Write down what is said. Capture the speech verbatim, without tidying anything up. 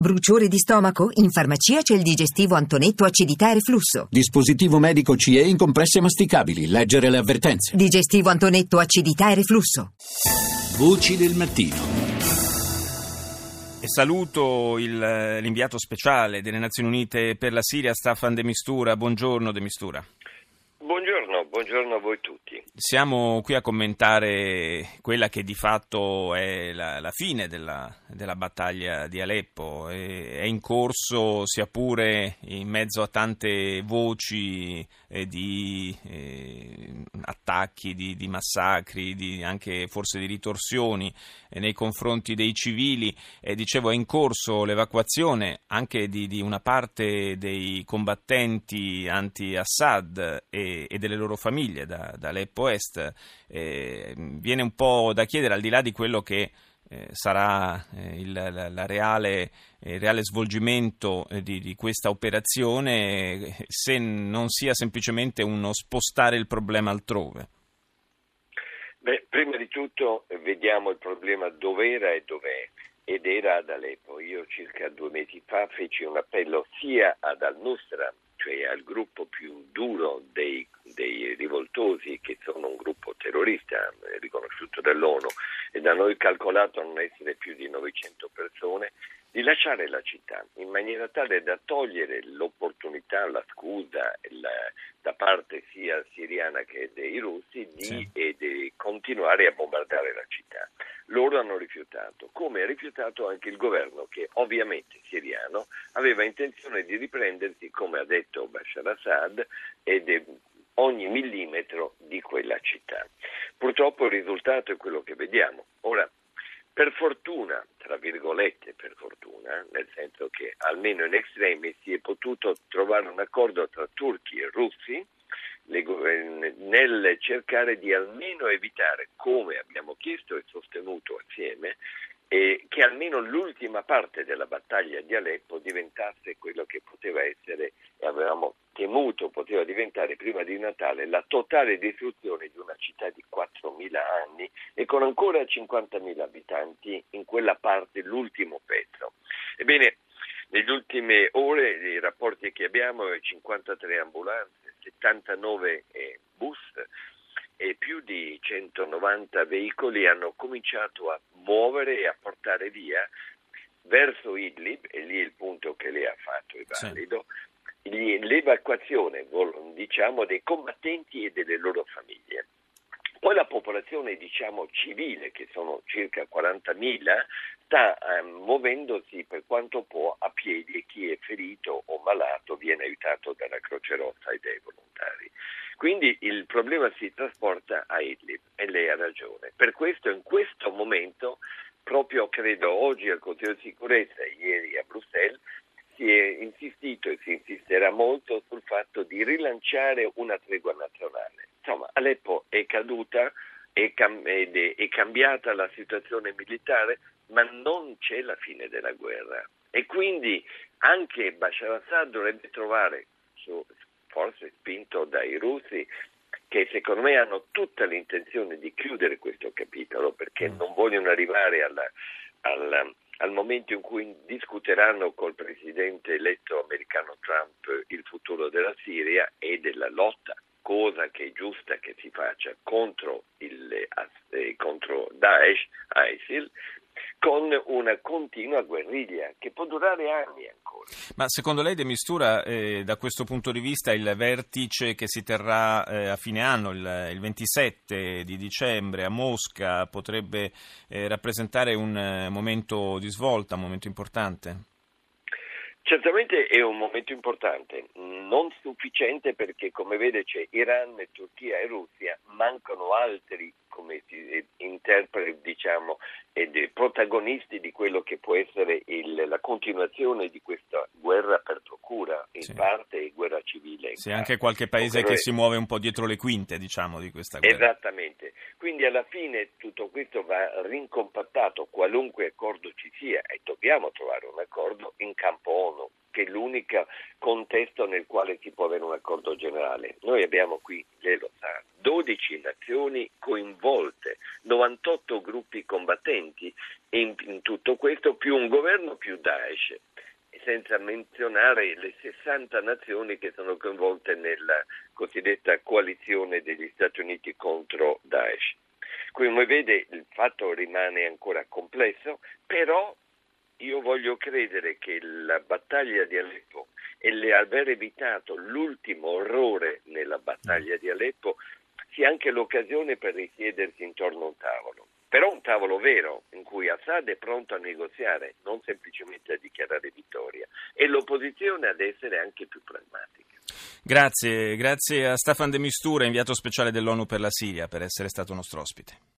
Bruciore di stomaco? In farmacia c'è il digestivo Antonetto acidità e reflusso. Dispositivo medico C E in compresse masticabili. Leggere le avvertenze. Digestivo Antonetto acidità e reflusso. Voci del mattino. E saluto il, l'inviato speciale delle Nazioni Unite per la Siria, Staffan de Mistura. Buongiorno de Mistura. Buongiorno, buongiorno a voi tutti. Siamo qui a commentare quella che di fatto è la, la fine della, della battaglia di Aleppo. È, è in corso, sia pure in mezzo a tante voci eh, di eh, attacchi, di, di massacri, di, anche forse di ritorsioni eh, nei confronti dei civili. Eh, dicevo, è in corso l'evacuazione anche di, di una parte dei combattenti anti-Assad e, e delle loro famiglie da, da Aleppo Est. Eh, viene un po' da chiedere, al di là di quello che eh, sarà eh, il la, la reale, eh, reale svolgimento eh, di, di questa operazione, eh, se non sia semplicemente uno spostare il problema altrove. Beh, prima di tutto vediamo il problema dov'era e dov'è, ed era ad Aleppo. Io circa due mesi fa feci un appello sia ad al-Nusra, cioè al gruppo più duro dei, dei rivoltosi, che sono un gruppo terrorista riconosciuto dall'ONU e da noi calcolato non essere più di novecento persone, di lasciare la città in maniera tale da togliere l'opportunità, la scusa la, da parte sia siriana che dei russi di, sì. e di continuare a bombardare la città. Loro hanno rifiutato, come ha rifiutato anche il governo, che ovviamente siriano aveva intenzione di riprendersi, come ha detto Bashar Assad, ed è ogni millimetro di quella città. Purtroppo il risultato è quello che vediamo. Ora, per fortuna, tra virgolette per fortuna, nel senso che almeno in extremis si è potuto trovare un accordo tra turchi e russi nel cercare di almeno evitare, come abbiamo chiesto e sostenuto assieme, eh, che almeno l'ultima parte della battaglia di Aleppo diventasse quello che poteva essere, e avevamo temuto poteva diventare prima di Natale, la totale distruzione di una città di quattromila anni e con ancora cinquantamila abitanti in quella parte, l'ultimo pezzo. Ebbene, nelle ultime ore i rapporti che abbiamo è cinquantatré ambulanze, settantanove eh, bus e più di centonovanta veicoli hanno cominciato a muovere e a portare via verso Idlib, e lì il punto che lei ha fatto è valido, sì. l'evacuazione, diciamo, dei combattenti e delle loro famiglie. Poi la popolazione, diciamo, civile, che sono circa quarantamila, sta eh, muovendosi per quanto può a piedi, e chi è ferito o malato viene aiutato dalla Croce Rossa e dai volontari. Quindi il problema si trasporta a Idlib, e lei ha ragione. Per questo, in questo momento, proprio credo oggi al Consiglio di Sicurezza e ieri a Bruxelles, si è insistito e si insisterà molto sul fatto di rilanciare una tregua nazionale. Insomma, Aleppo è caduta, è, cam- ed è, è cambiata la situazione militare, ma non c'è la fine della guerra. E quindi anche Bashar Assad dovrebbe trovare, su, forse spinto dai russi, che secondo me hanno tutta l'intenzione di chiudere questo capitolo, perché non vogliono arrivare alla, alla, al momento in cui discuteranno col presidente eletto americano Trump il futuro della Siria e della lotta, cosa che è giusta che si faccia contro, il, eh, contro Daesh, ISIL, con una continua guerriglia che può durare anni ancora. Ma secondo lei, de Mistura, eh, da questo punto di vista il vertice che si terrà eh, a fine anno, il, il ventisette di dicembre a Mosca, potrebbe eh, rappresentare un eh, momento di svolta, un momento importante? Certamente è un momento importante, non sufficiente perché, come vede, c'è Iran, Turchia e Russia, mancano altri come si interpreti, diciamo, ed protagonisti di quello che può essere il, la continuazione di questa guerra per procura, in sì. parte guerra civile. Sì, anche qualche paese Occorre... che si muove un po' dietro le quinte, diciamo, di questa guerra. Esattamente. Quindi alla fine tutto questo va rincompattato, qualunque accordo ci sia, e dobbiamo trovare un accordo in campo ONU, che è l'unico contesto nel quale si può avere un accordo generale. Noi abbiamo qui, lei lo sa, dodici nazioni coinvolte, novantotto gruppi combattenti, e in, in tutto questo più un governo più Daesh. senza menzionare le sessanta nazioni che sono coinvolte nella cosiddetta coalizione degli Stati Uniti contro Daesh. Come vede, il fatto rimane ancora complesso, però io voglio credere che la battaglia di Aleppo e l'aver evitato l'ultimo orrore nella battaglia di Aleppo sia anche l'occasione per risiedersi intorno a un tavolo. Però un tavolo vero, in cui Assad è pronto a negoziare, non semplicemente a dichiarare vittoria, e l'opposizione ad essere anche più pragmatica. Grazie, grazie a Staffan de Mistura, inviato speciale dell'ONU per la Siria, per essere stato nostro ospite.